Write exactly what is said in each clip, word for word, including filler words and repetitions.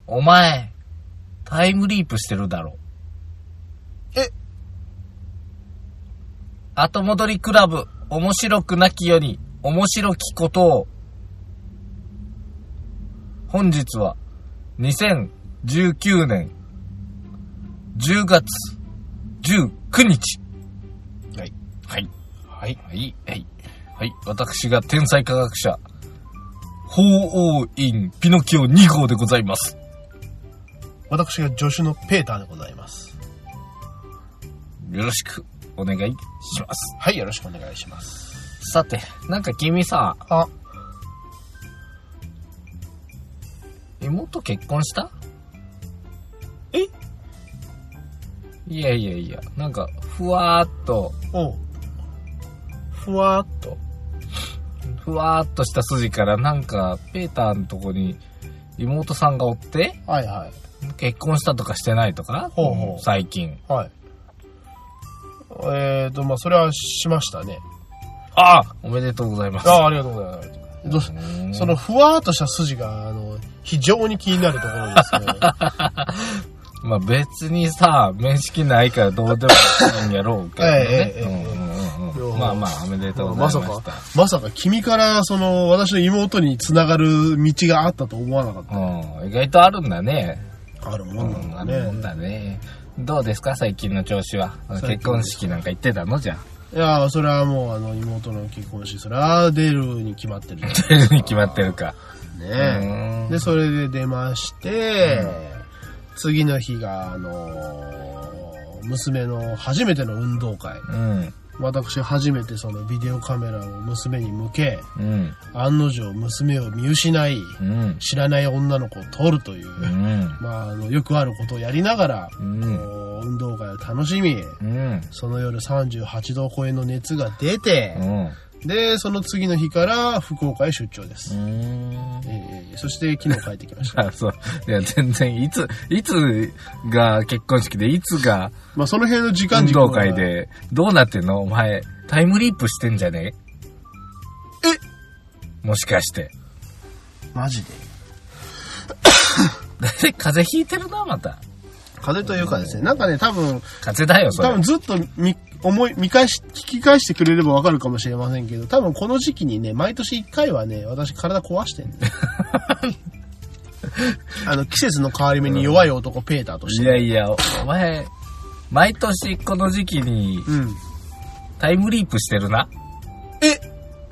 お前、タイムリープしてるだろ。 え後戻りクラブ、面白くなきより、面白きことを。本日は、にせんじゅうきゅうねん、じゅうがつじゅうくにち。 はい。 はい。 はい。 はい。はい。はい。私が天才科学者、鳳凰院ピノキオに号でございます。 私が助手のペーターでございます。 よろしくお願いします。 はい、よろしくお願いします。 さて、なんか君さ、 あ、 妹結婚した？ え？ いやいやいや、なんか、ふわーっと、 おう。ふわーっと。 ふわーっとした筋からなんか、ペーターのとこに妹さんがおって、 はいはい。 結婚したとかしてないとか、 ほうほう最近。 はい。えーと、まあ、それはしましたね。 ああおめでとうございます。 ああ、ありがとうございます。どそのふわーっとした筋が、あの、非常に気になるところですね。 まあ別にさ、面識ないからどうでもいいんやろうけどね。 ええええうんうんうん、まあまあ、おめでとうございました。 まさか、まさか君からその私の妹に繋がる道があったと思わなかった。 うん、意外とあるんだね。 あるもんなんだね。 うん、あるもんだね。どうですか最近の調子は。結婚式なんか行ってたのじゃあ。いや、それはもうあの妹の結婚式、それは出るに決まってる。 出るに決まってるか。 ねえ。で、それで出まして、うん次の日が、あのー、娘の初めての運動会。うん、私初めてそのビデオカメラを娘に向け、うん、案の定娘を見失い、うん、知らない女の子を撮るという、うん、まあ、あの、よくあることをやりながら、うん、運動会を楽しみ、うん、その夜さんじゅうはちど超えの熱が出て、うんで、その次の日から福岡へ出張です。うーんえー、そして昨日帰ってきました。 あ、そう。いや、全然、いつ、いつが結婚式で、いつが、 まあその辺の時間軸は運動会で、どうなってんのお前、タイムリープしてんじゃねえもしかして。 マジでだって風邪ひいてるな、また。 風邪というかですね、なんかね、多分、 風邪だよ、それ。 多分ずっと見、思い、見返し、聞き返してくれればわかるかもしれませんけど、多分この時期にね、毎年いっかいはね、私体壊してんね。あの、季節の変わり目に弱い男、うん、ペーターとして、 ね。いやいや、お前、毎年この時期に、うん、タイムリープしてるな。 え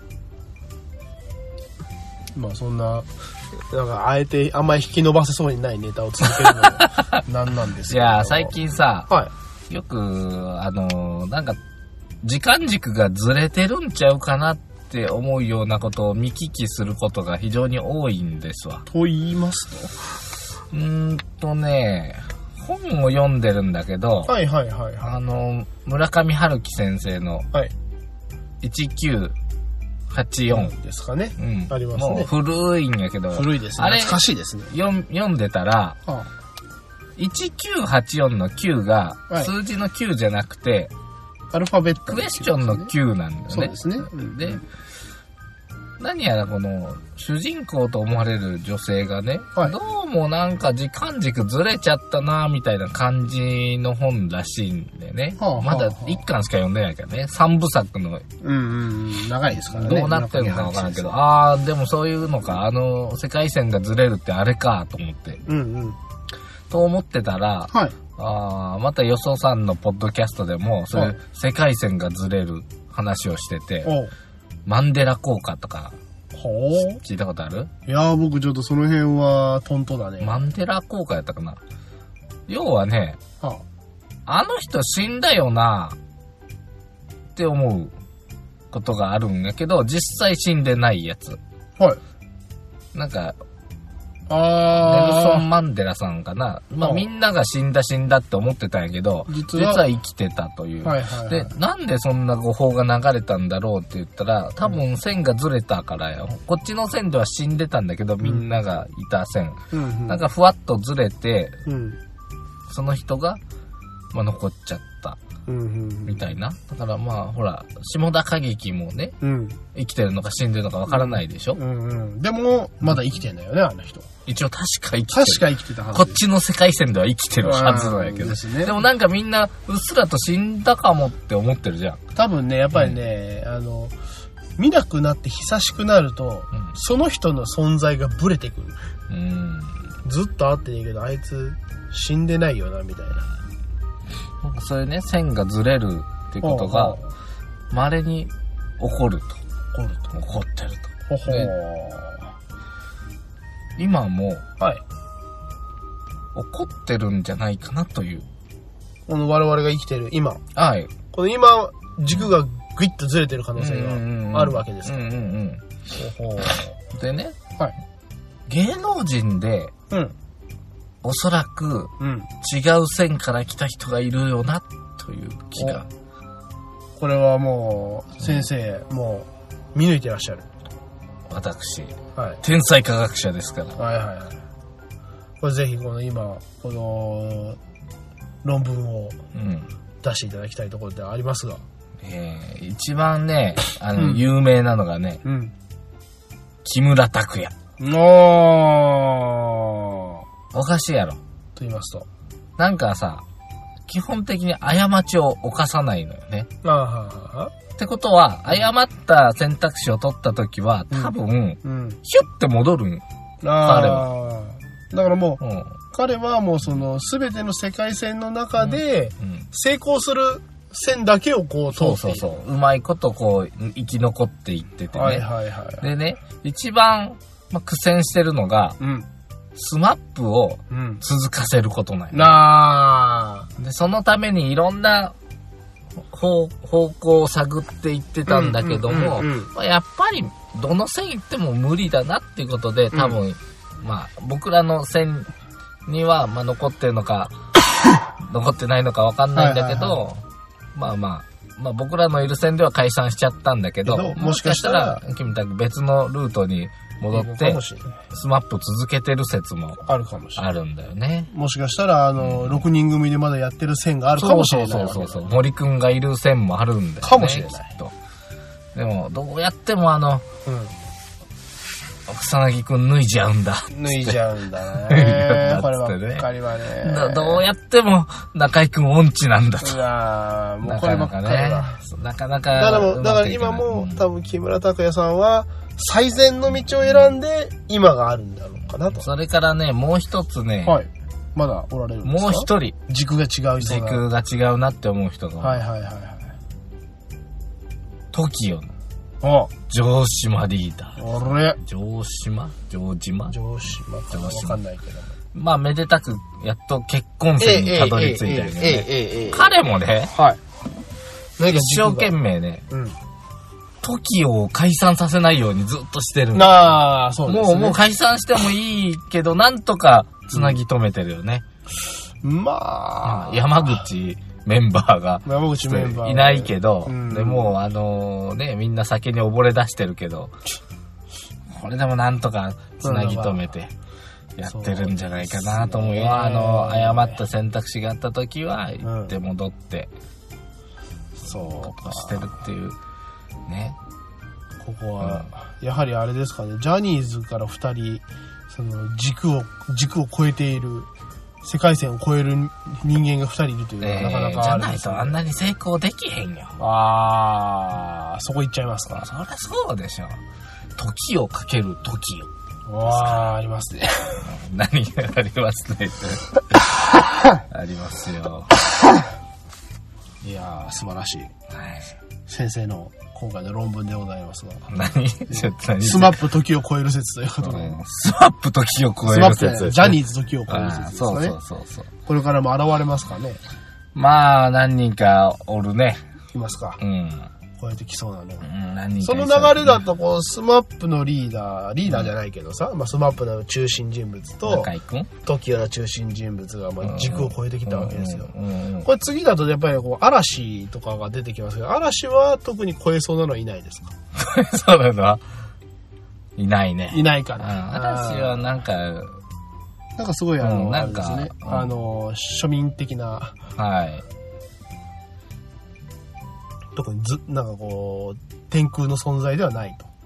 まあそんな、なんかあえてあんまり引き伸ばせそうにないネタを続けるのもなんなんですけど。 いや、最近さ、 はい。 よく、あの、なんか、時間軸がずれてるんちゃうかなって思うようなことを見聞きすることが非常に多いんですわ。 と言いますとうーんとね、本を読んでるんだけど、 はいはいはい、はい。 あの、村上春樹先生の、いちきゅうはちよん、 ですかね。 うん。 ありますね。 もう古いんやけど、 古いですね。懐かしいですね。 読読んでたら、はあいちきゅうはちよんのきゅうが数字のきゅうじゃなくて、 はい、アルファベット、 ね、クエスチョンのきゅうなんだよね。 そうですね。うん、 で、何やらこの主人公と思われる女性がね、はい、どうもなんか時間軸ずれちゃったなみたいな感じの本らしいんでね。はあはあ、まだいっかんしか読んでないからね。さんぶさくの。 うんうん、長いですからね。 どうなってるのかわからんけど、ああ、でもそういうのか、あの、世界線がずれるってあれかと思って。うんうん。と思ってたら、はい、あまたよそさんのポッドキャストでもそういう世界線がずれる話をしてて、マンデラ効果とか聞いたことある？ いやー僕ちょっとその辺はトントだね。 マンデラ効果やったかな。要はね、はあ、あの人死んだよなって思うことがあるんやけど実際死んでないやつ。はい。なんかあネルソン・マンデラさんかな。まあみんなが死んだ死んだって思ってたんやけど、実は、実は生きてたという、はいはいはい。で、なんでそんな誤報が流れたんだろうって言ったら、多分線がずれたからよ。こっちの線では死んでたんだけど、みんながいた線。うんうん、なんかふわっとずれて、うん、その人が、まあ、残っちゃった。うんうん、みたいな。だからまあほら下田景樹もね、うん、生きてるのか死んでるのかわからないでしょ、 うんうん、でもまだ生きてんだよね、あの人。 一応確か生きてる。 確か生きてたはず。 こっちの世界線では生きてるはずなんやけど。 ですね。 でもなんかみんな、うっすらと死んだかもって思ってるじゃん。 多分ね、やっぱりね、うん、あの、見なくなって久しくなると、うん、その人の存在がブレてくる。うん、ずっと会ってねえけど、あいつ死んでないよな、みたいな。 なんかそういうね、線がずれるってことが、稀に起こると。起こると。 起こってると。 ほほー。 今も、 はい。 起こってるんじゃないかなという。 あの、我々が生きてる今。 はい。 この今、軸がグイッとずれてる可能性があるわけですから。うんうんうん。 ほほー。でね、 はい。 芸能人で、うん。おそらく、うん、違う線から来た人がいるよな、という気が。 これはもう、先生、うん、もう、見抜いてらっしゃる。 私、 はい、 天才科学者ですから。 はいはいはい。これぜひ、この今、この、論文を出していただきたいところではありますが。 えー、一番ね、あの、うん、有名なのがね、うん、木村拓哉。 おー。 おかしいやろ。 と言いますと。 なんかさ、基本的に過ちを犯さないのよね。 あははってことは、誤った選択肢を取ったときは、多分、うんうん、ヒュッて戻るん。彼は。 だからもう、うん、彼はもうその、すべての世界線の中で、成功する線だけをこう通っている。 そうそうそう。うまいことこう、生き残っていっててね。 はいはいはい。 でね、一番、まあ、苦戦してるのが、うんスマップを続かせることなんや、ね。 な、 うん、で、そのためにいろんな方、方向を探っていってたんだけども、やっぱりどの線行っても無理だなっていうことで、多分、うん、まあ僕らの線には、まあ、残ってるのか、残ってないのかわかんないんだけど、はいはいはい、まあまあ、まあ僕らのいる線では解散しちゃったんだけど、 どもしかしたら、君たち別のルートに戻って、スマップ続けてる説もあるかもしれない。あるんだよね。 もしかしたら、あの、うん、ろくにん組でまだやってる線があるかもしれない。 そうそうそうそう。森くんがいる線もあるんだよね。 かもしれない。 とでも、どうやってもあの、うん、草薙くん脱いじゃうんだ。 脱いじゃうんだね。こればっかりはね。 どうやっても中井くん音痴なんだと。 うわもうこればっかりは。 なかなか。 だからもう、だから今も、うん、多分木村拓哉さんは、最善の道を選んで、今があるんだろうかなと。 それからね、もう一つね。 はい。まだおられるんですか？ もう一人。 軸が違う人が。 軸が違うなって思う人が。 はいはいはいはい。 トキオの。 あ城島リーダー。 あれ城島城島城島かわかんないけど。 まあ、めでたく、やっと結婚戦にたどり着いたよね。彼もね、 はい。 一生懸命ね、うん。トキオを解散させないようにずっとしてる。 ああ、そうですね。 もう、もう解散してもいいけど、なんとか繋ぎ止めてるよね。 うん、まあ。 山口メンバーが。 山口メンバー。 いないけど、うん、でもう、あのー、ね、みんな酒に溺れ出してるけど、これでもなんとか繋ぎ止めて。やってるんじゃないかなと思うよ。あの、誤った選択肢があった時は、行って戻って、 うん、そうか。してるっていう、ね。 ここは、うん、やはりあれですかね、ジャニーズから二人、その、軸を、軸を超えている、世界線を超える人間が二人いるというのは、えー、なかなかある、ね、 じゃないとあんなに成功できへんよ。 あー、そこ行っちゃいますか。 そりゃそうでしょ。時をかける時を。 わー、ありますね。 何がありますね。ありますよ。 いやー、素晴らしい。 はい、 先生の今回の論文でございますが。 何ちょっと何スマップ時を超える説ということで。うん、 スマップ時を超える説、 ね。ジャニーズ時を超える説ですね。 そうそうそうそう。 これからも現れますかね。 まあ、何人かおるね。 いますか。 うん。 超えてきそうなの、 うん、何人その流れだとこうスマップのリーダーリーダーじゃないけどさ、うん、まあ、スマップの中心人物と トキオ の中心人物がまあ軸を超えてきたわけですよ、うんうんうん、これ次だとやっぱりこう嵐とかが出てきますけど、嵐は特に超えそうなのはいないですか？ 超えそうなのはいないね。 いないかな、 うん、嵐はなんかなんかすごいあの、 うん、なんか、 ね、あの庶民的な、 はい特にずなんかこう天空の存在ではないと。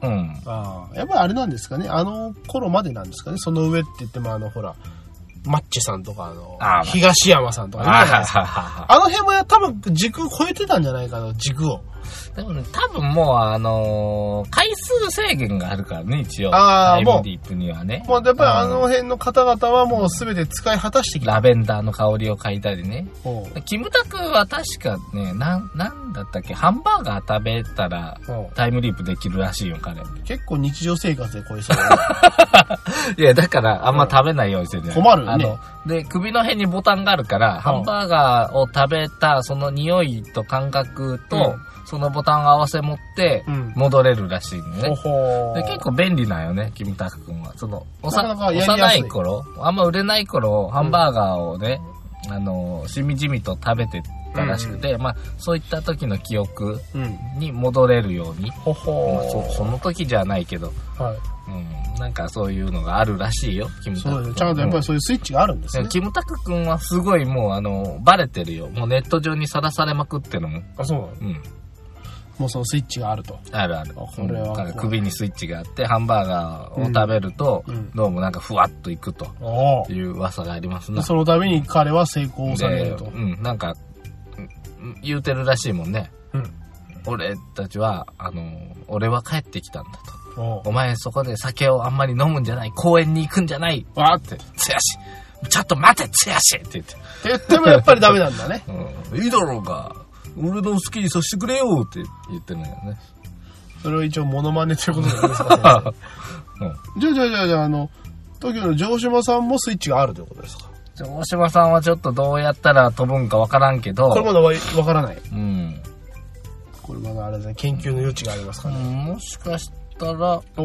うん。 ああ、やっぱりあれなんですかね。あの頃までなんですかね。その上って言っても、あの、ほら、マッチさんとか、あの、あ東山さんとかいるじゃないですか。あの辺も多分時空超えてたんじゃないかな、軸を。 でもね、多分もうあのー、回数制限があるからね、一応。 ああ、 タイムリープにはね。 もうやっぱりあの辺の方々はもう全て使い果たしてきた。 ラベンダーの香りを嗅いだりね。キムタクは確かね、なん、なんだったっけ、ハンバーガー食べたらタイムリープできるらしいよ、彼。 結構日常生活でこういうそう。 いや、だからあんま食べないようにしてる、ね、 困るね。あの、 で、首の辺にボタンがあるから、ハンバーガーを食べたその匂いと感覚と、うんそのボタンを合わせ持って戻れるらしいのね、うん、で結構便利なんよねキムタク君はそのおさ幼い頃あんま売れない頃ハンバーガーをね、うん、あのしみじみと食べてたらしくて、うんうん、まあそういった時の記憶に戻れるように、うんまあ、そ, その時じゃないけど、はいうん、なんかそういうのがあるらしいよキムタク君。 そうちゃんとやっぱりそういうスイッチがあるんですね。 キムタク君はすごいもうあのバレてるよ。もうネット上にさらされまくってるもん。 あそうなの、うんもうそのスイッチがあると。 あるある。これはなんか首にスイッチがあって、ハンバーガーを食べると、うん、どうもなんかふわっといくという噂がありますね。 そのために彼は成功されると。 うん、なんか、言うてるらしいもんね。うん、俺たちは、あの、俺は帰ってきたんだと。お, お前そこで酒をあんまり飲むんじゃない、公園に行くんじゃない、わーって、つやし、ちょっと待て、つやしって言って。って言ってもやっぱりダメなんだね。 うん、いいだろうが。俺の好きにさせてくれよって言ってるんだよね。 それを一応モノマネってことなんですかね。うん、じゃあじゃあじゃあじゃああの東京の城島さんもスイッチがあるということですか。 城島さんはちょっとどうやったら飛ぶんかわからんけど。 これまだわからない。うん。これまだあれですね研究の余地がありますかね。 うん、もしかしたらお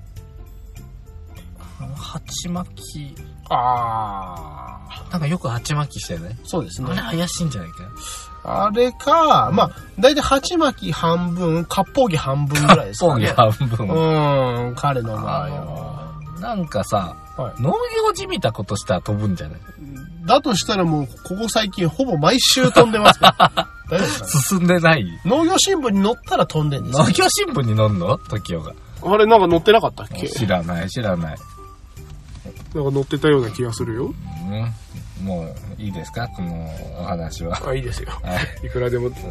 鉢巻きああなんかよく鉢巻きしてるね。 そうですね。 あれ怪しいんじゃないか。 あれか、まあ、だいたい鉢巻き半分、割烹着半分ぐらいですかね。 割烹着半分。 うん、彼の場合は。 なんかさ、はい、農業じみたことしたら飛ぶんじゃない？ だとしたらもう、ここ最近ほぼ毎週飛んでますから。大丈夫ですかね？ 進んでない？ 農業新聞に載ったら飛んでんですよ。 農業新聞に載んの？時代が。 あれなんか載ってなかったっけ？ 知らない、知らない。 なんか載ってたような気がするよ。 うんもういいですかこのお話は。 あいいですよ、はい、いくらでも、うん、よ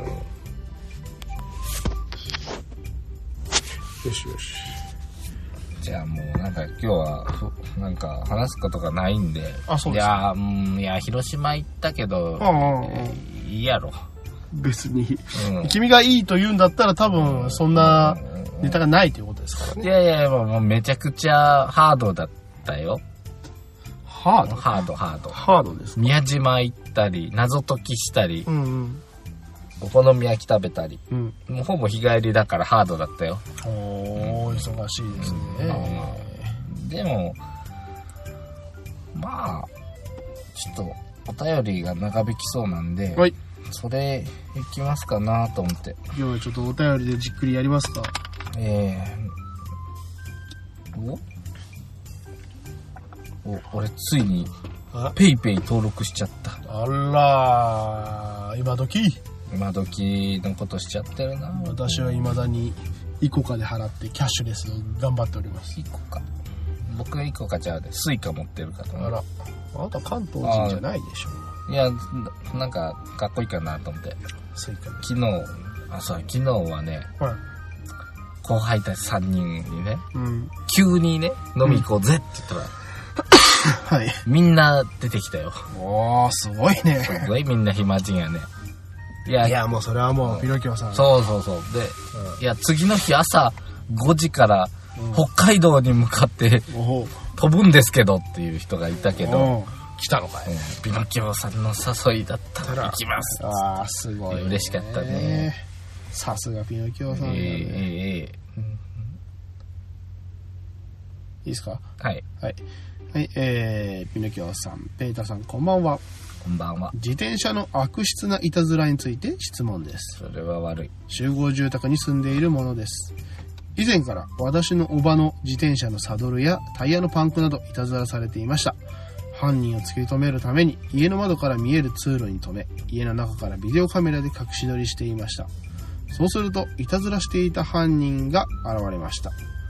しよし。 じゃあもうなんか今日はなんか話すことがないんで。 あそうです。 いやうんいや広島行ったけど、うんうんうん、いいやろ別に、うん、君がいいと言うんだったら多分そんなネタがないということですからね。 いやいやもうめちゃくちゃハードだったよ。 ハードハードハードハードですか。 宮島行ったり謎解きしたり、うんうん、お好み焼き食べたり、うん、もうほぼ日帰りだからハードだったよ。 おー、うん、忙しいですね、 うん、でもまあちょっとお便りが長引きそうなんで、はい、それいきますかなと思って。 今日はちょっとお便りでじっくりやりますか。 えー、おお俺ついにペイペイ登録しちゃった。 あらー今時今時のことしちゃってるな。 私は未だにイコカで払ってキャッシュレス頑張っております。 イコカ僕はイコカちゃうでスイカ持ってるから、 あらあなた関東人じゃないでしょ。 いやなんかかっこいいかなと思ってスイカで昨日あそう昨日はね、はい、後輩たちさんにんにね、うん、急にね飲み行こうぜって言ったら、うんはい。みんな出てきたよ。 おー、すごいね。 すごいみんな暇人やね。 いや、いやもうそれはもう、ピノキオさん。 そうそうそう。で、うん、いや、次の日朝ごじから北海道に向かって飛ぶんですけどっていう人がいたけど、 来たのかい、うん、 ピノキオさんの誘いだったら行きます。 あー、すごい、ね。 嬉しかったね。 さすがピノキオさん、ね。えー、えー、えー、うん、いいですか？ はい。 はい。はい、えー、ピノキオさん、ペータさん、こんばんは。 こんばんは。 自転車の悪質ないたずらについて質問です。 それは悪い。 集合住宅に住んでいるものです。以前から私の叔母の自転車のサドルやタイヤのパンクなどいたずらされていました。犯人を突き止めるために家の窓から見える通路に止め、家の中からビデオカメラで隠し撮りしていました。そうするといたずらしていた犯人が現れました。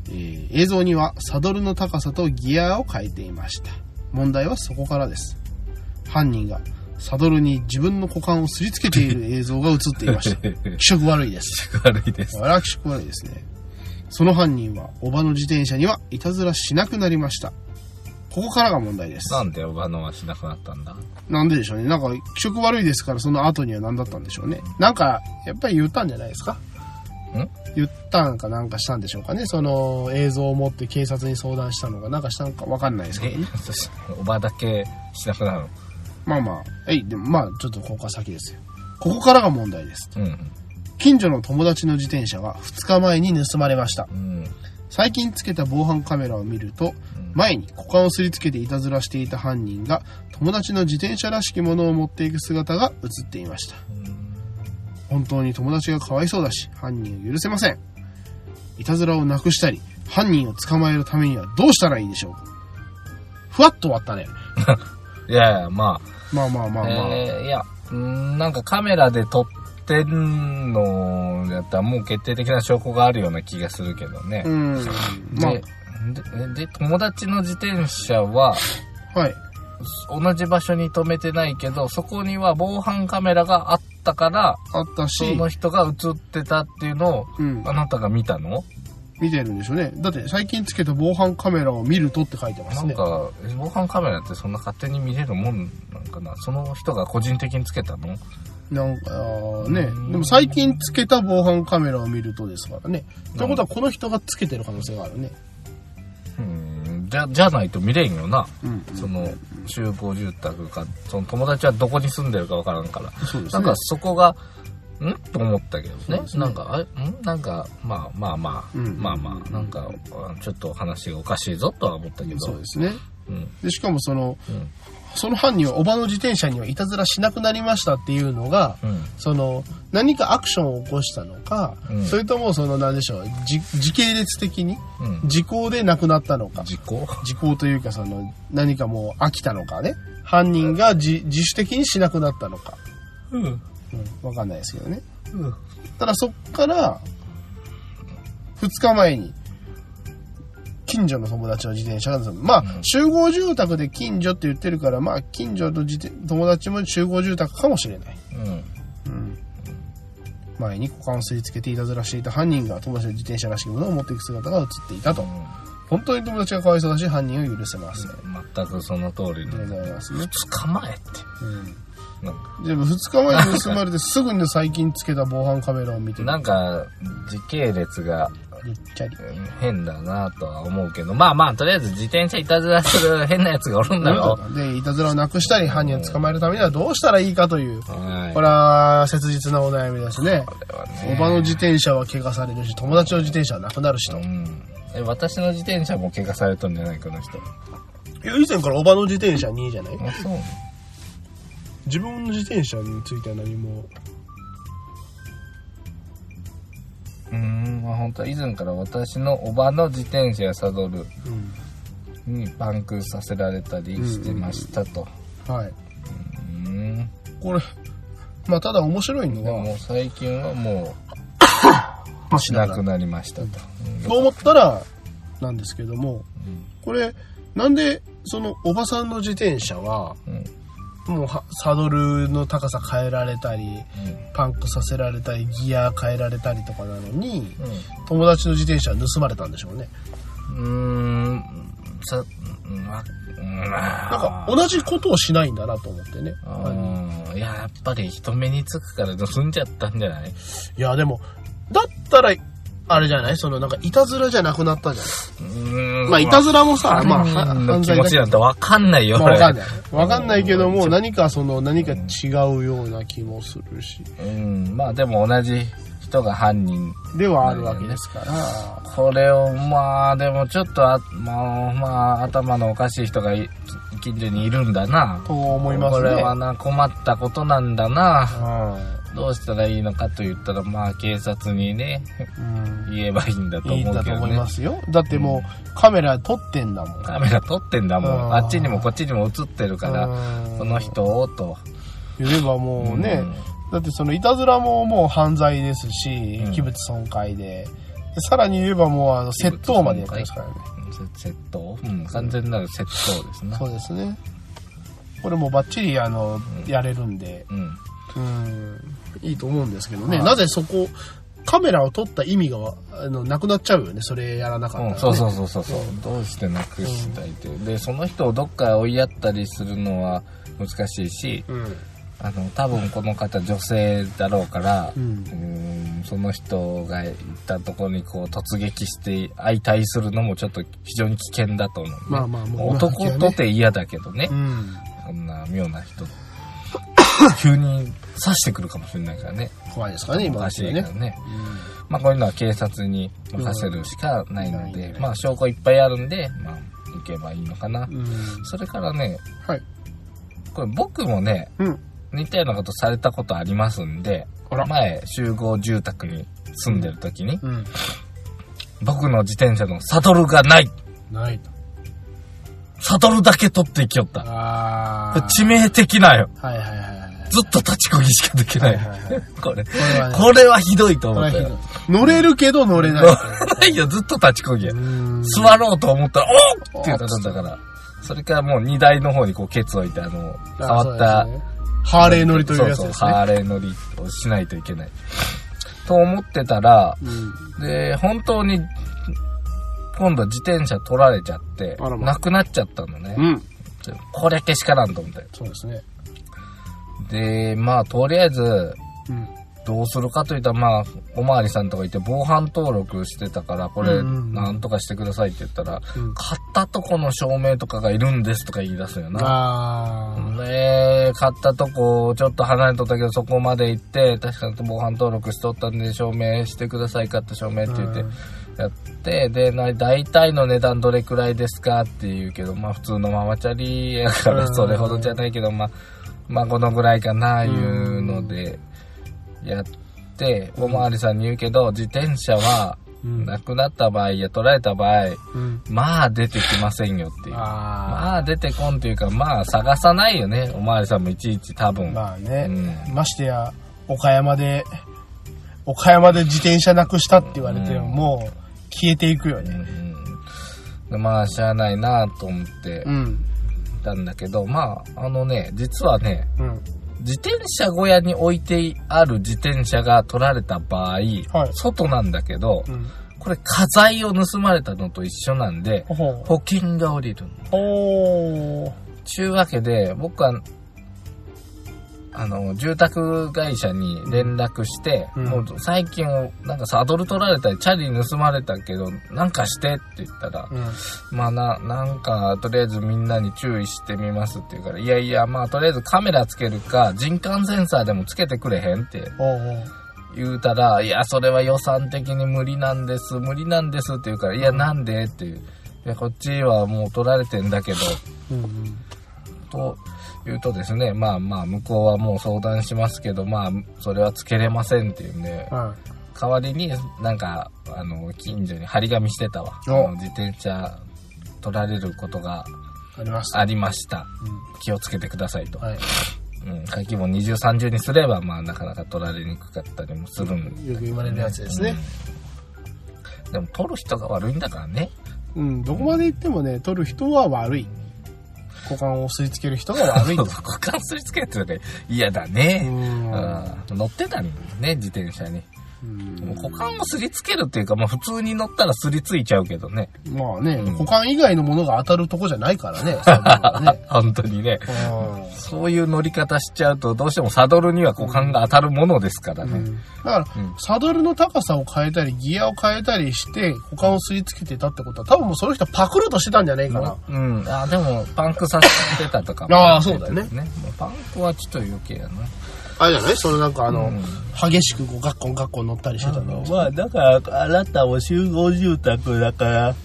えー、映像にはサドルの高さとギアを変えていました。問題はそこからです。犯人がサドルに自分の股間をすりつけている映像が映っていました。気色悪いです。 気色悪いです。 あら、気色悪いですね。その犯人はおばの自転車にはいたずらしなくなりました。ここからが問題です。 なんでおばのはしなくなったんだ？ なんででしょうね。なんか気色悪いですから、その後には何だったんでしょうね。なんかやっぱり言ったんじゃないですか？ ん？ 言ったんかなんかしたんでしょうかね。その映像を持って警察に相談したのかなんかしたのかわかんないですけどね。 おばだけしなくなるの？ まあまあ、えい、でもまあちょっとここから先ですよ。ここからが問題です。 うん。 近所の友達の自転車がふつかまえに盗まれました。 うん、 最近つけた防犯カメラを見ると、前に股間をすりつけていたずらしていた犯人が友達の自転車らしきものを持っていく姿が映っていました。本当に友達がかわいそうだし、犯人を許せません。いたずらをなくしたり、犯人を捕まえるためにはどうしたらいいでしょうか。ふわっと終わったね。 いやいや、まあ。 まあまあまあまあ。 えー、いや、んなんかカメラで撮ってんのやったらもう決定的な証拠があるような気がするけどね。 うん。 まあ、で、で、友達の自転車は、 はい。 同じ場所に止めてないけど、そこには防犯カメラがあったから、 あったし、 その人が映ってたっていうのを、うん、あなたが見たの？ 見てるんでしょうね。だって最近つけた防犯カメラを見るとって書いてますね。 なんか、防犯カメラってそんな勝手に見れるもんなんかな？その人が個人的につけたの？ なんかね、でも最近つけた防犯カメラを見るとですからね。ということはこの人がつけてる可能性があるね。 うん、じゃ、じゃないと見れんよな。うん、その、集合住宅か、その友達はどこに住んでるかわからんから。そうですね。なんかそこが、んと思ったけどね。ねなんか、あれんなんか、まあまあまあ、うん、まあまあ、なんか、ちょっと話がおかしいぞとは思ったけど。 そうですね。うん、で、しかもその、うんその犯人はおばの自転車にはいたずらしなくなりましたっていうのが、うん、その何かアクションを起こしたのか、うん、それともその何でしょう時、時系列的に、うん、時効で亡くなったのか時効時効というかその何かもう飽きたのかね犯人が自自主的にしなくなったのか、うんうん、分かんないですけどね、うん、ただそっからふつかまえに近所の友達の自転車なんですよ。まあ、うん、集合住宅で近所って言ってるから、まあ、近所と自友達も集合住宅かもしれない。うん。うん。前に股間をすりつけていたずらしていた犯人が友達の自転車らしきものを持っていく姿が映っていたと。うん、本当に友達がかわいそうだし、犯人を許せません。 全くその通りでございますね。 ふつかまえって。 うん。でもふつかまえに盗まれてすぐに最近つけた防犯カメラを見てなんか、時系列が、変だなとは思うけど、まあまあとりあえず自転車いたずらする変なやつがおるんだろう。でいたずらをなくしたり犯人を捕まえるためにはどうしたらいいかという、はい、これは切実なお悩みですね。おばの自転車は怪我されるし友達の自転車はなくなるしと、うん、 え私の自転車も怪我されたんじゃないかな人。いや以前からおばの自転車にいいじゃない。 あそう自分の自転車については何もうーん、まあ本当は以前から私のおばの自転車やサドルにパンクさせられたりしてましたと。 うんうん、はい。うーん。これ、まあただ面白いのは。 もう最近はもう、しなくなりましたと。 そう思ったら、なんですけども、うん、これ、なんで、そのおばさんの自転車は、うんもうサドルの高さ変えられたり、うん、パンクさせられたりギア変えられたりとかなのに、うん、友達の自転車は盗まれたんでしょうね。 うーんさ、うん、なんか同じことをしないんだなと思ってね。 うんいややっぱり人目につくから盗んじゃったんじゃない？ いやでもだったらあれじゃないそのなんかいたずらじゃなくなったじゃん。うーんまあいたずらもさ、まあ犯罪の気持ちなんてわかんないよ。 まあ、わかんない。わかんないけども何かその何か違うような気もするし。 うん、まあでも同じ人が犯人ではあるわけですから。 これをまあでもちょっとあまあまあ頭のおかしい人が近所にいるんだな。 と思いますね。 これはな困ったことなんだな。うんどうしたらいいのかと言ったらまあ警察にね、うん、言えばいいんだと思うけどね。いいんだと思いますよ。だってもうカメラ撮ってんだもん。 カメラ撮ってんだもん。あっちにもこっちにも映ってるからその人をと言えばもうね、うん、だってそのいたずらももう犯罪ですし、うん、器物損壊でさらに言えばもうあの窃盗までやってますからね。 窃盗、うん、完全なる窃盗ですね。 そうですね。これもバッチリあの、うん、やれるんで、うん、うんいいと思うんですけどね。はい、なぜそこカメラを撮った意味があのなくなっちゃうよね。それやらなかったら、ね、うん、 そうそうそうそうそう、うん、どうしてなくしたいって、うん、でその人をどっか追いやったりするのは難しいし、うん、あの多分この方女性だろうから、うん、うんその人が行ったところにこう突撃して相対するのもちょっと非常に危険だと思う、ね。まあまあもう男とて嫌だけどね。うん、そんな妙な人急に刺してくるかもしれないからね。 怖いですからね、今らしいからね。うん、まあこういうのは警察に任せるしかないので、うん、まあ証拠いっぱいあるんで、まあ行けばいいのかな。うん、それからね、はい、これ僕もね、うん、似たようなことされたことありますんで、前集合住宅に住んでる時に、うん、僕の自転車のサドルがない。 ないと。 サドルだけ取っていきよった。あこれ致命的なよ。はいはいはい。ずっと立ちこぎしかできない。はいはいはい、これこれは、ね、これはひどいと思ったよ。 乗れるけど乗れない。 乗れないよ、ずっと立ちこぎや。座ろうと思ったら、おっって言ったんだから。それからもう荷台の方にこうケツ置いて、あの、変わった、ね、 ハーレー乗りというやつですね。そうそう、 ハーレー乗りをしないといけない。と思ってたら、うん、で、本当に、今度自転車取られちゃって、まあ、なくなっちゃったのね。うん、これけしからんと思って。 そうですね。 で、まあ、とりあえず、うん、どうするかといったら、まあ、おまわりさんとかいて防犯登録してたから、これ、なんとかしてくださいって言ったら、うん、買ったとこの証明とかがいるんですとか言い出すよな。あね買ったとこ、ちょっと離れとったけど、そこまで行って、確かに防犯登録しとったんで、証明してください、買った証明って言って、やって、で、大体の値段どれくらいですかって言うけど、まあ、普通のママチャリやから、それほどじゃないけど、まあ、まあ、このぐらいかな、いうので、やって、おまわりさんに言うけど、自転車は、なくなった場合や取られた場合、うん、まあ出てきませんよっていう。あまあ出てこんっていうか、まあ探さないよね。おまわりさんもいちいち多分。 まあね。うん、ましてや、岡山で、岡山で自転車なくしたって言われても、うん、もう消えていくよね。 うん、まあしゃあないなと思って、うん、たんだけど、まあ、あのね、実はね、うん自転車小屋に置いてある自転車が取られた場合、はい、外なんだけど、うん、これ家財を盗まれたのと一緒なんで、保険が下りる。おちゅうわけで、僕は、あの、住宅会社に連絡して、うん、もう最近、なんかサドル取られたり、チャリ盗まれたけど、なんかしてって言ったら、うん、まあな、なんか、とりあえずみんなに注意してみますって言うから、いやいや、まあとりあえずカメラつけるか、人感センサーでもつけてくれへんって言うたら、いや、それは予算的に無理なんです、無理なんですって言うから、いや、なんでっていう。いや、こっちはもう取られてんだけど、うんうん、と、言うとですね、まあまあ向こうはもう相談しますけど、まあそれはつけれませんっていうんで、はい、代わりになんかあの近所に張り紙してたわ。あの自転車取られることがありました。ありました。うん、気をつけてくださいと。はい、うん、書きも二重三重にすればまあなかなか取られにくかったりもするんで、 よく言われるやつですね。 うん、でも取る人が悪いんだからね。 うん、どこまで行ってもね、取る人は悪い。股間をすりつける人が悪いと。 股間すりつけるってのが嫌だね。うん、乗ってたんだね、自転車に。うん股間をすりつけるっていうか、まあ普通に乗ったらすりついちゃうけどね。 まあね、うん、股間以外のものが当たるとこじゃないからね。 ね本当にね。そういう乗り方しちゃうと、どうしてもサドルには股間が当たるものですからね。うん、 だから、うん、サドルの高さを変えたり、ギアを変えたりして、股間をすりつけてたってことは、多分もうその人パクるとしてたんじゃないかな。 うん。あでも、パンクさせてたとかも、 ね。ああ、そうだよね。 パンクはちょっと余計やな。 あれじゃないそのなんかあの、うん、激しくこうガッコンガッコン乗ったりしてたの。 まあだからあなたも集合住宅だから、うん、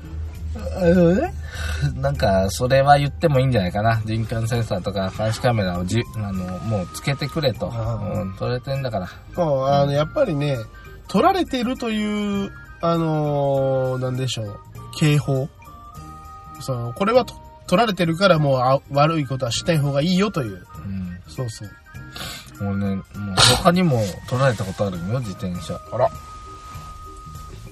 あのね、なんかそれは言ってもいいんじゃないかな。人感センサーとか監視カメラをじあのもうつけてくれと、うん、取れてんだから。 そうあのやっぱりね取られてるというあのー、なんでしょう警報。そのこれはと取られてるからもうあ悪いことはしない方がいいよという。うん、そうそう。 もうね、もう他にも取られたことあるよ、自転車。 あら。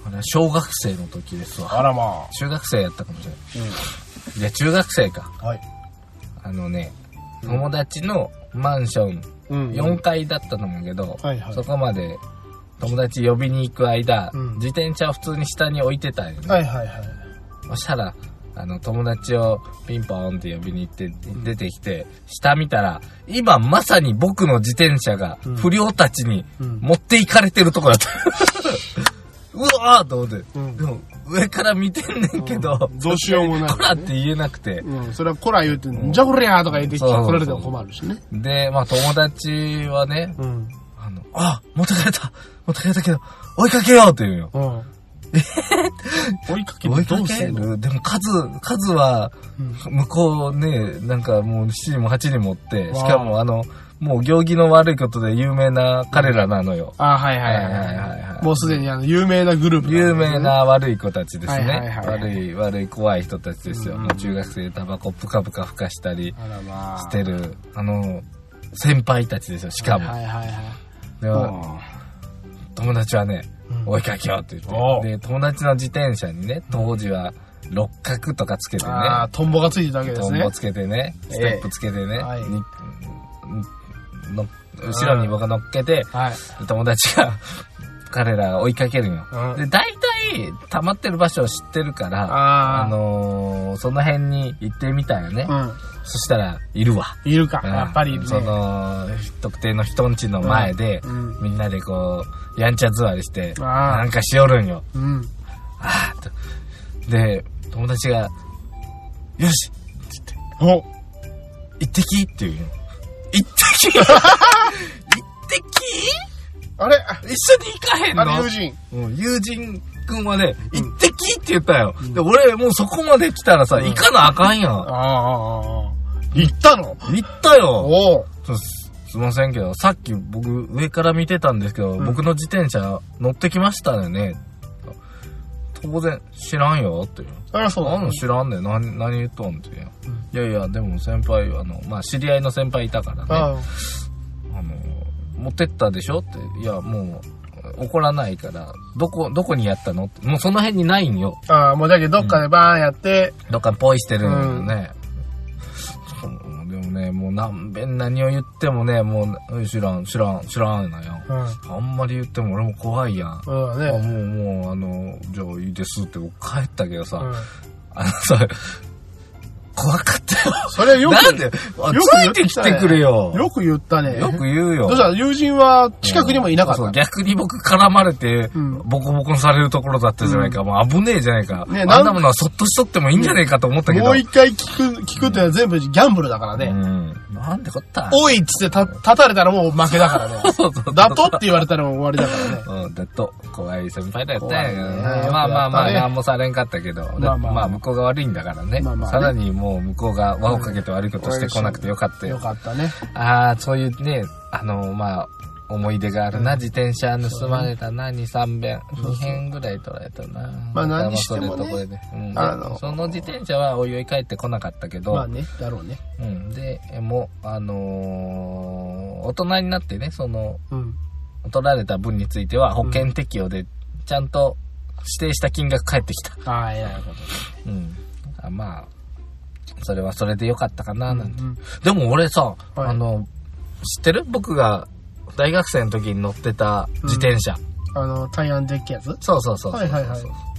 あれは小学生の時ですわ。 あらまあ。 中学生やったかもしれない。うん。いや、中学生か。 はい。 あのね、友達のマンション、よんかいだったと思うけど、うんはいはい、そこまで友達呼びに行く間、うん、自転車を普通に下に置いてたんよね。はいはいはい。そしたら、あの、友達をピンポーンって呼びに行って、出てきて、下見たら、今まさに僕の自転車が不良たちに持っていかれてるとこだった。うわーと思って、うん、でも上から見てんねんけど、 うん、どうしようもない、ね、 コラって言えなくて、 うん、それはコラ言うて、うん、じゃこりゃーとか言って来られても困るしね。 で、まあ友達はね、うん、あの、あ、持ってかれた持ってかれたけど、追いかけようって言うよ。うん追いかける追いかけるでも数、数は、向こうね、なんかもうしちにんもはちにんもおって、しかもあの、もう行儀の悪いことで有名な彼らなのよ。 ああ、はいはいはいはい。もうすでにあの、有名なグループ、 ね。有名な悪い子たちですね。はいはいはい、悪い、悪い怖い人たちですよ。うん、もう中学生でタバコプカプカ吹かしたりしてる、あの、先輩たちですよ、しかも。はいはいはい。でも、友達はね、追いかけようって言って。で、友達の自転車にね、当時は六角とかつけてね。ああ、トンボがついてたわけですね。 トンボつけてね、ステップつけてね。えーはいの後ろに僕が乗っけて、はい、友達が彼らが追いかけるよ、うん、で大体溜まってる場所を知ってるから あ, あのー、その辺に行ってみたよね、うん、そしたらいるわいるか、うん、やっぱりいるね。 その特定の人ん家の前で、うんうん、みんなでこうやんちゃ座りしてなんかしよるんよ、うん、あーっとで友達がよしって言ってお行ってきって言うよ。一滴一滴あれ一緒に行かへんの？ あれ友人。 うん、友人くんはね、一滴って言ったよ。うん、で、俺もうそこまで来たらさ、うん、行かなあかんやん。ああ、 ああ。行ったの？ 行ったよ。おう。す、すいませんけど、さっき僕上から見てたんですけど、うん、僕の自転車乗ってきましたよね。当然知らんよっていう。 あらそうだ、ね。 あの知らんねん。何、何言っとんっていう。うん、いやいや、でも先輩、あの、まあ、知り合いの先輩いたからね。あ, あの、持ってったでしょって。いや、もう、怒らないから、どこ、どこにやったのって。もうその辺にないんよ。 ああ、もうだけどどっかでバーンやって。 うん、どっかポイしてるんよね。うん、でもね、もう何遍何を言ってもね、もう、知らん、知らん、知らんのよ。うん、あんまり言っても俺も怖いやん。うんね、あもう、もう、あの、じゃあいいですって僕帰ったけどさ、うん、あのさ、怖かったよ。 それよく、 なんでよくついてきてくれよ。 よく言ったね。 よく言うよ。 どうした友人は近くにもいなかった、うん、そう逆に僕絡まれて、ボコボコにされるところだったじゃないか。うん、もう危ねえじゃないか。ね、あんなものはそっとしとってもいいんじゃねえかと思ったけど。 もう一回聞く、聞くってのは全部ギャンブルだからね。うん。 なんでこった。 おいっつってた、立たれたらもう負けだからね。そうそうそう。だとって言われたらもう終わりだからね。 うん、だと。怖い先輩だったんやけどね。まあまあまあ、なんもされんかったけど。まあまあ、まあ、向こうが悪いんだからね。まあまあ、ね。さらにもう向こうが輪をかけて悪いことしてこなくてよかったよ。 よかったね。 ああ、そういうね、あの、まあ、思い出があるな。自転車盗まれたな、に、さんべん。にへんぐらい取られたな。 まあ何してもね。 うん、あのその自転車はおいおい帰ってこなかったけど。 まあね、だろうね。 うん。で、もう、あのー、大人になってね、その、うん、取られた分については保険適用で、ちゃんと指定した金額返ってきた。 ああ、いや、なるほど。 うん。あまあ、それはそれでよかったかな、なんて。うんうん、でも俺さ、はい、あの、知ってる？僕が大学生の時に乗ってた自転車。 うん、あの、タイヤンデッキやつ？ そうそうそうそう。はいはいはい。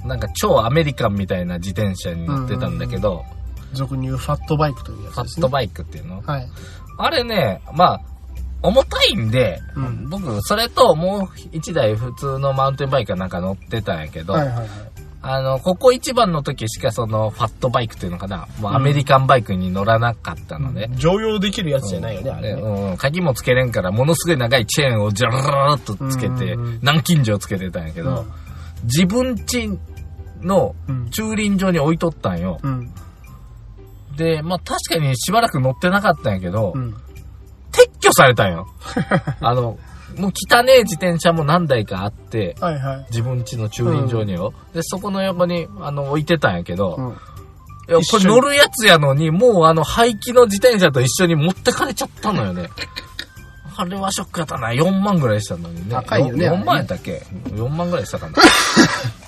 なんか超アメリカンみたいな自転車に乗ってたんだけど。 うんうん、俗に言うファットバイクというやつですね。 ファットバイクっていうの？はい。あれね、まあ、重たいんで、うん、僕、それともう一台普通のマウンテンバイクかなんか乗ってたんやけど、はいはいはい。あの、ここ一番の時しかそのファットバイクっていうのかな、もうアメリカンバイクに乗らなかったので、 うん、乗用できるやつじゃないよね、 うん、 あれね、 うん。鍵もつけれんから、ものすごい長いチェーンをジャラララっとつけて、南京錠つけてたんやけど、うん、自分家の駐輪場に置いとったんよ。うん、で、まあ確かにしばらく乗ってなかったんやけど、うん、撤去されたんよ。あの、もう汚ねえ自転車も何台かあって、はいはい、自分家の駐輪場によ、うん、で、そこの横に、あの、置いてたんやけど、うん、いや、これ乗るやつやのに、もうあの、廃棄の自転車と一緒に持ってかれちゃったのよね。あれはショックやったな。よんまんぐらいしたのにね。 高いよね。 よんまんやったっけ ?よん 万ぐらいしたかな。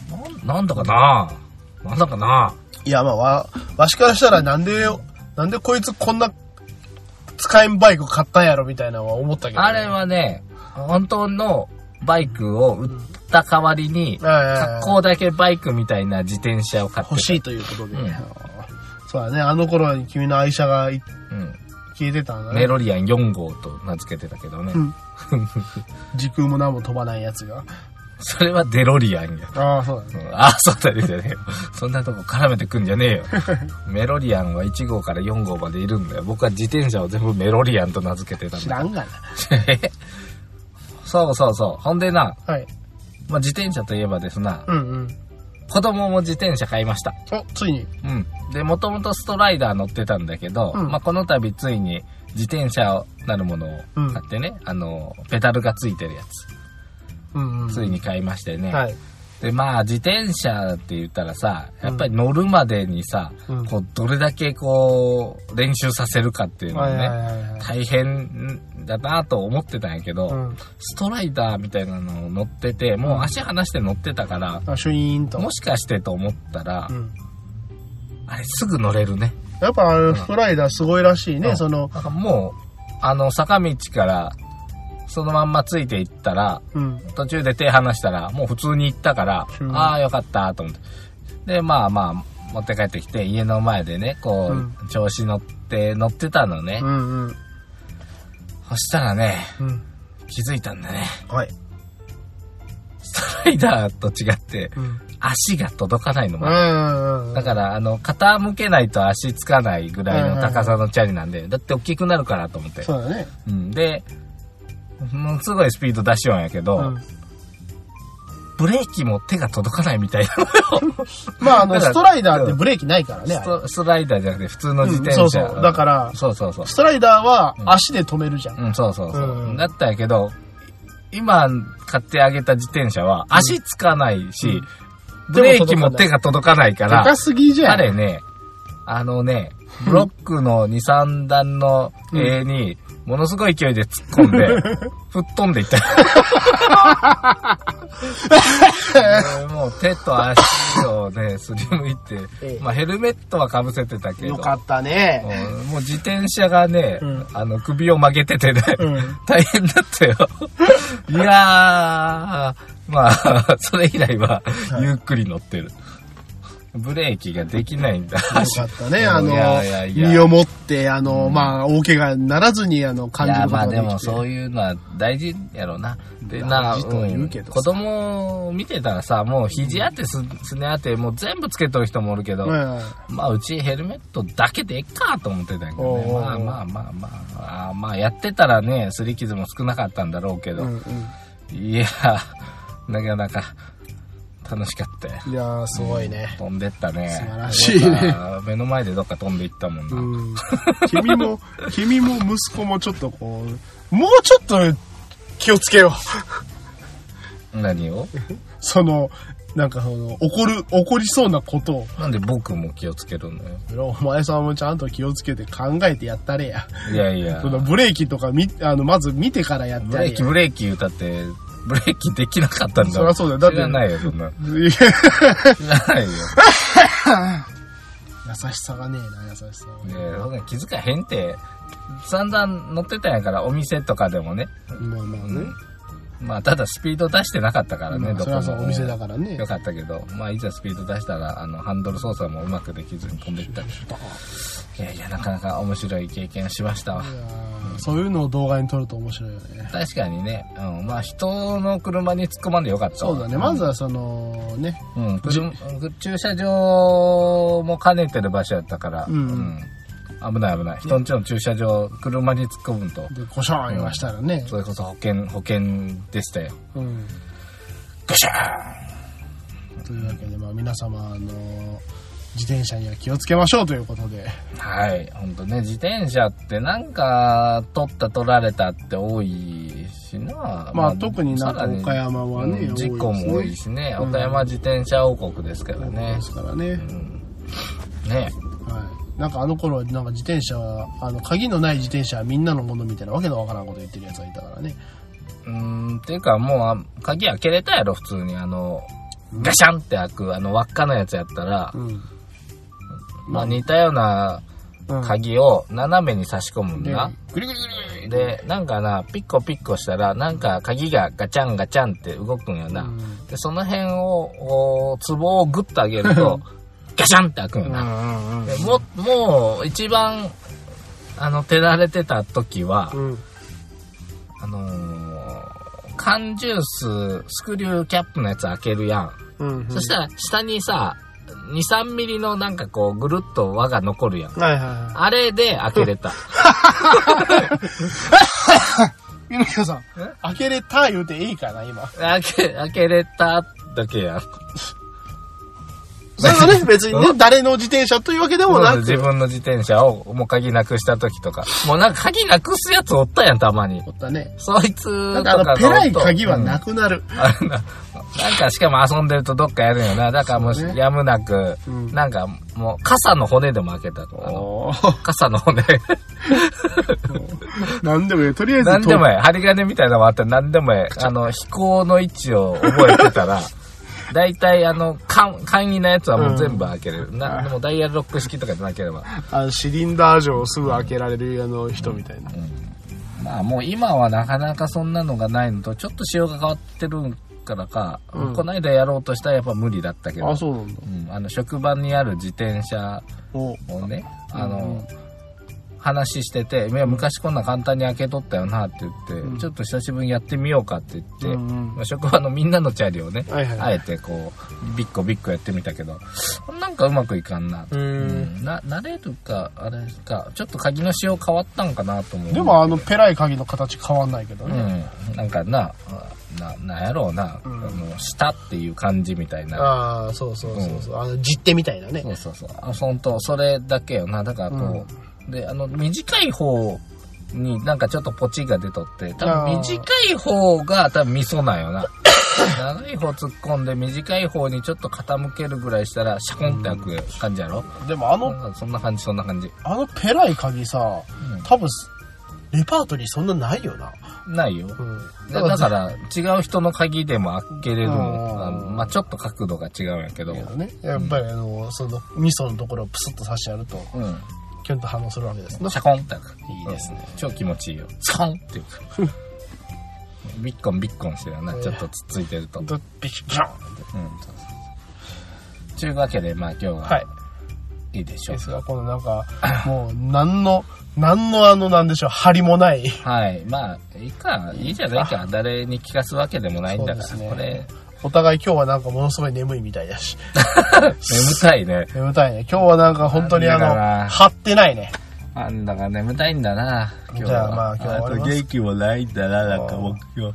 なんだかななんだかないや、まあ、わ、わしからしたらなんで、なんでこいつこんな使えんバイク買ったんやろみたいなのは思ったけど、ね。 あれはね、本当のバイクを売った代わりに、格好だけバイクみたいな自転車を買って欲しいということで。うん、そうだね、あの頃に君の愛車が、うん、消えてたんだね。 メロリアンよん号と名付けてたけどね。うん、 時空も何も飛ばないやつが。 それはデロリアンや。 ああ、そうだね。 うん、ああ、そうだね。ねそんなとこ絡めてくんじゃねえよ。メロリアンはいち号からよん号までいるんだよ。僕は自転車を全部メロリアンと名付けてたんだ。 知らんがな。 そうそうそう。ほんでな、 はい。 まあ、自転車といえばですな、 うんうん。 子供も自転車買いました。 お、ついに。 うん。で、もともとストライダー乗ってたんだけど、うん、まあ、この度ついに自転車なるものを買ってね、うん、あの、ペダルがついてるやつ。うんうん、ついに買いましてね。はい。で、まあ、自転車って言ったらさ、やっぱり乗るまでにさ、うん、こう、どれだけこう、練習させるかっていうのはね、はいはいはいはい、大変だなと思ってたんやけど、うん、ストライダーみたいなのを乗ってて、もう足離して乗ってたから、 うん、シュイーンと。 もしかしてと思ったら、うん、あれすぐ乗れるね。 やっぱあのストライダーすごいらしいね、うん、その。 なんかもう、あの、坂道から、そのまんまついていったら、うん、途中で手離したら、もう普通に行ったから、うん、ああ、よかったと思って。で、まあまあ、持って帰ってきて、家の前でね、こう、うん、調子乗って、乗ってたのね。うんうん、そしたらね、うん、気づいたんだね。 はい。 ストライダーと違って、うん、足が届かないのも。だから、あの、傾けないと足つかないぐらいの高さのチャリなんで、だって大きくなるからと思って。 そうだね。 うん。で、もうすごいスピード出しようんやけど、うん、ブレーキも手が届かないみたいなのよ。 まあ、あの、ストライダーってブレーキないからね。 スト、ストライダーじゃなくて普通の自転車。うん、 そうそう。だから、 そうそうそう。 ストライダーは足で止めるじゃん。 うん、うん、そうそうそう。うん、だったんやけど、今買ってあげた自転車は足つかないし、うん、ブレーキも手が届かないから、 高すぎじゃん。 あれね、あのね、ブロックのに、さん段の絵に、ものすごい勢いで突っ込んで、吹っ飛んでいった。もう手と足をね、すりむいて、ええ、まあヘルメットは被せてたけど。 よかったね。 もう自転車がね、うん、あの首を曲げててね、うん、大変だったよ。いやー、まあ、それ以来はゆっくり乗ってる。ブレーキができないんだ。よかったね。あの、いやいやいや身をもって、あの、うん、まあ、大怪我ならずに、あの、感じることができて。いや、まあでもそういうのは大事やろうな。で、な、うん、子供見てたらさ、もう肘当てす、すね当て、もう全部つけとる人もおるけど、うん、まあ、うちヘルメットだけでえっかと思ってたけどね。まあまあまあまあ、あまあ、やってたらね、擦り傷も少なかったんだろうけど、うんうん、いや、なかなか、楽しかったよ。 いやー、すごいね、 うん。飛んでったね。 素晴らしいね。 目の前でどっか飛んでいったもんな。うん、 君も、君も息子もちょっとこう、もうちょっと気をつけよう。何をその、なんかその、怒る、怒りそうなことを。 なんで僕も気をつけるのよ。 お前さんもちゃんと気をつけて考えてやったれや。 いやいや。 そのブレーキとかみ、あの、まず見てからやったれや。 ブレーキ、ブレーキ言うたって、ブレーキできなかったんだ。 そりゃそうだよ。だって。 知らないよ、そんな。知らないよ。 優しさがねえな、優しさが。 ねえ、そんな気づかへんって。散々乗ってたんやから、お店とかでもね。 まあまあね。うんまあ、ただスピード出してなかったからね、 どこも。それはお店だからね。 よかったけど、まあ、いざスピード出したら、あの、ハンドル操作もうまくできずに飛んでいったりした。いやいや、なかなか面白い経験しましたわ。 うん、そういうのを動画に撮ると面白いよね。 確かにね。うん。まあ、人の車に突っ込まんでよかった。 そうだね。まずはその、ね。 うん。駐車場も兼ねてる場所やったから。うん。うん危ない危ない。人んちの駐車場、車に突っ込むと。 で、コシャーン言わしたらね、 うん。それこそ保険、保険でしたよ。うん。ゴシャーンというわけで、まあ皆様、あの、自転車には気をつけましょうということで。 はい。ほんとね、自転車ってなんか、取った取られたって多いしな。 まあ、まあ、特になんか岡山はね、 うん、事故も多いしね。うん、岡山自転車王国ですからね。 ですからね。うん、 ね。 はい。なんかあの頃はなんか自転車は、あの、鍵のない自転車はみんなのものみたいなわけのわからんこと言ってるやつがいたからね。 うーん、っていうかもう、鍵開けれたやろ、普通に。あの、 ガシャンって開く、あの、輪っかのやつやったら、うん、まあ似たような鍵を斜めに差し込むんだ。 グリグリグリで、なんかな、ピッコピッコしたら、なんか鍵がガチャンガチャンって動くんよな。うん、で、その辺を、ツボをグッと上げると、ガシャンって開くんよな。うんうんうん、でも、もう、一番、あの、手慣れてた時は、うん、あのー、缶ジュース、スクリューキャップのやつ開けるやん。うんうん、そしたら、下にさ、に、さんミリのなんかこう、ぐるっと輪が残るやん。はいはいはい、あれで開けれた。 みのきかさん、開けれた言うていいかな、今。 開け、開けれただけやん。 それはね、別にね、誰の自転車というわけでもなく。 自分の自転車をもう鍵なくした時とか。もうなんか鍵なくすやつおったやん、たまに。 おったね。 そいつとかの。なんかあの、ペライ鍵はなくなる。 うん、なんかしかも遊んでるとどっかやるんよな。だからもうやむなく、うん、なんかもう傘の骨でも開けたと。あの傘の骨。 なんでもいい。とりあえず。 なんでもいい。針金みたいなのもあったらなんでもいい。あの、飛行の位置を覚えてたら、だいたいあの、簡易なやつはもう全部開けれる。うん、なでもダイヤルロック式とかじゃなければ。 あの、シリンダー錠をすぐ開けられるあの人みたいな。うんうん、 まあもう今はなかなかそんなのがないのと、ちょっと仕様が変わってるからか、うん、この間やろうとしたらやっぱ無理だったけど。 あ、そうなんだ。 うん、あの、職場にある自転車をね、あの、うん話してて、いや昔こんな簡単に開けとったよなって言って、うん、ちょっと久しぶりにやってみようかって言って、うんうんまあ、職場のみんなのチャリをね、はいはいはい、あえてこう、ビッコビッコやってみたけど、なんかうまくいかんな。うん、な、慣れるか、あれか、ちょっと鍵の仕様変わったんかなと思う。 でもあの、ペライ鍵の形変わんないけどね。 うん。なんかな、な、なんやろうな、うん、あの、下っていう感じみたいな。 ああ、そうそうそうそう、うん、あの、実手みたいなね。 そうそうそう。あ、ほんと、それだけよな。だからこう、うんで、あの、短い方になんかちょっとポチが出とって、多分短い方が多分ミソなんよな。長い方突っ込んで短い方にちょっと傾けるぐらいしたらシャコンって開く感じやろ、 うん、でもあの、 そんな感じそんな感じ。 あのペライ鍵さ、うん、多分、レパートリーそんなないよな。 ないよ。うん、だ, だから違う人の鍵でも開けれるの。まあちょっと角度が違うんやけど。 ね、やっぱりあの、うん、そのミソのところをプスッと刺してやると、うんキュンと反応するわけですね。 シャコンって開く。 いいですね。 超気持ちいいよ。スコンっていうか。ビッコンビッコンしてるよな。ちょっとつっついてると。 ビッビョンって。うん。 というわけで、まあ今日は。はい。いいでしょう。 ですが、このなんか、もう、何の、何のあの、なんでしょう、張りもない。 はい。まあ、いいか、いいじゃないか。誰に聞かすわけでもないんだから。そうですね、これ。 お互い今日はなんかものすごい眠いみたいだし。 眠たいね。 眠たいね。今日はなんか本当にあの、張ってないね。 あんだか眠たいんだな、 今日は。じゃあまあ今日は。 あと元気もないんだな、なんか目標。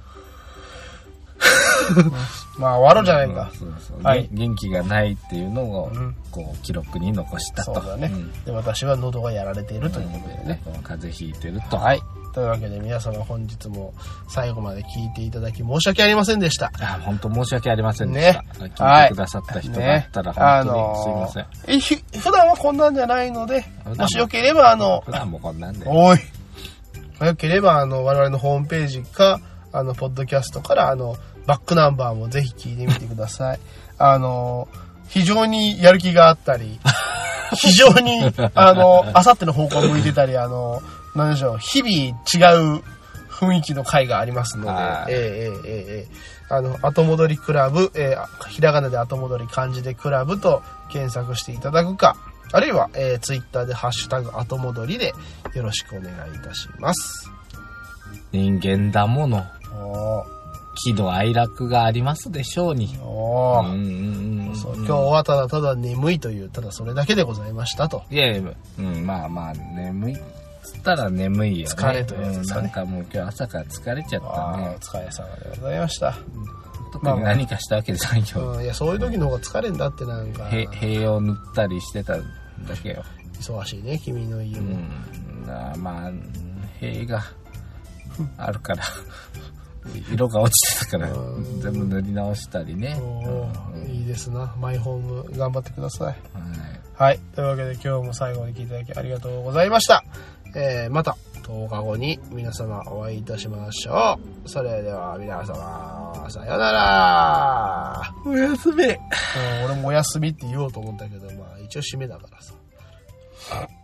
まあ終わろうじゃないか。 そうそう、はい、元気がないっていうのを、こう、記録に残したと。 そうだね。うん、で、私は喉がやられているということでね。 うん、風邪ひいてると。 はい。というわけで皆様本日も最後まで聞いていただき申し訳ありませんでした。 あ、本当申し訳ありませんでした。ね、聞いてくださった人がいたら本当にすいません。ねあのー、 え、普段はこんなんじゃないので、もしよければあの、 普段もこんなんで。 おい。よければあの、我々のホームページか、あの、ポッドキャストからあの、バックナンバーもぜひ聞いてみてください。あの、非常にやる気があったり、非常に、あの、あさっての方向を向いてたり、あの、なんでしょう、日々違う雰囲気の回がありますので、えー、えー、えー、あの、後戻りクラブ、えー、ひらがなで後戻り漢字でクラブと検索していただくか、あるいは、えー、ツイッターでハッシュタグ後戻りでよろしくお願いいたします。 人間だもの。喜怒哀楽がありますでしょうに。おー、うんうんうん、そう今日はただただ眠いという、ただそれだけでございましたと。 いやいや、うん、まあまあ、眠い。つったら眠いよね。 疲れというやつですかね、 うん。なんかもう今日朝から疲れちゃったね。 お疲れ様でございました。 特に何かしたわけじゃないよ。 まあまあうん、いや、そういう時の方が疲れんだってなんか。 塀を塗ったりしてただけよ。 忙しいね、君の家も。 うん、あまあ、塀があるから。色が落ちてたから全部塗り直したりね、 うん、いいですな。マイホーム頑張ってください。はい、はい、というわけで今日も最後まで聞いていただきありがとうございました。えー、またとおかごに皆様お会いいたしましょう。それでは皆様さよなら。 おやすみ。 俺もおやすみって言おうと思ったけど、まあ一応締めだからさ。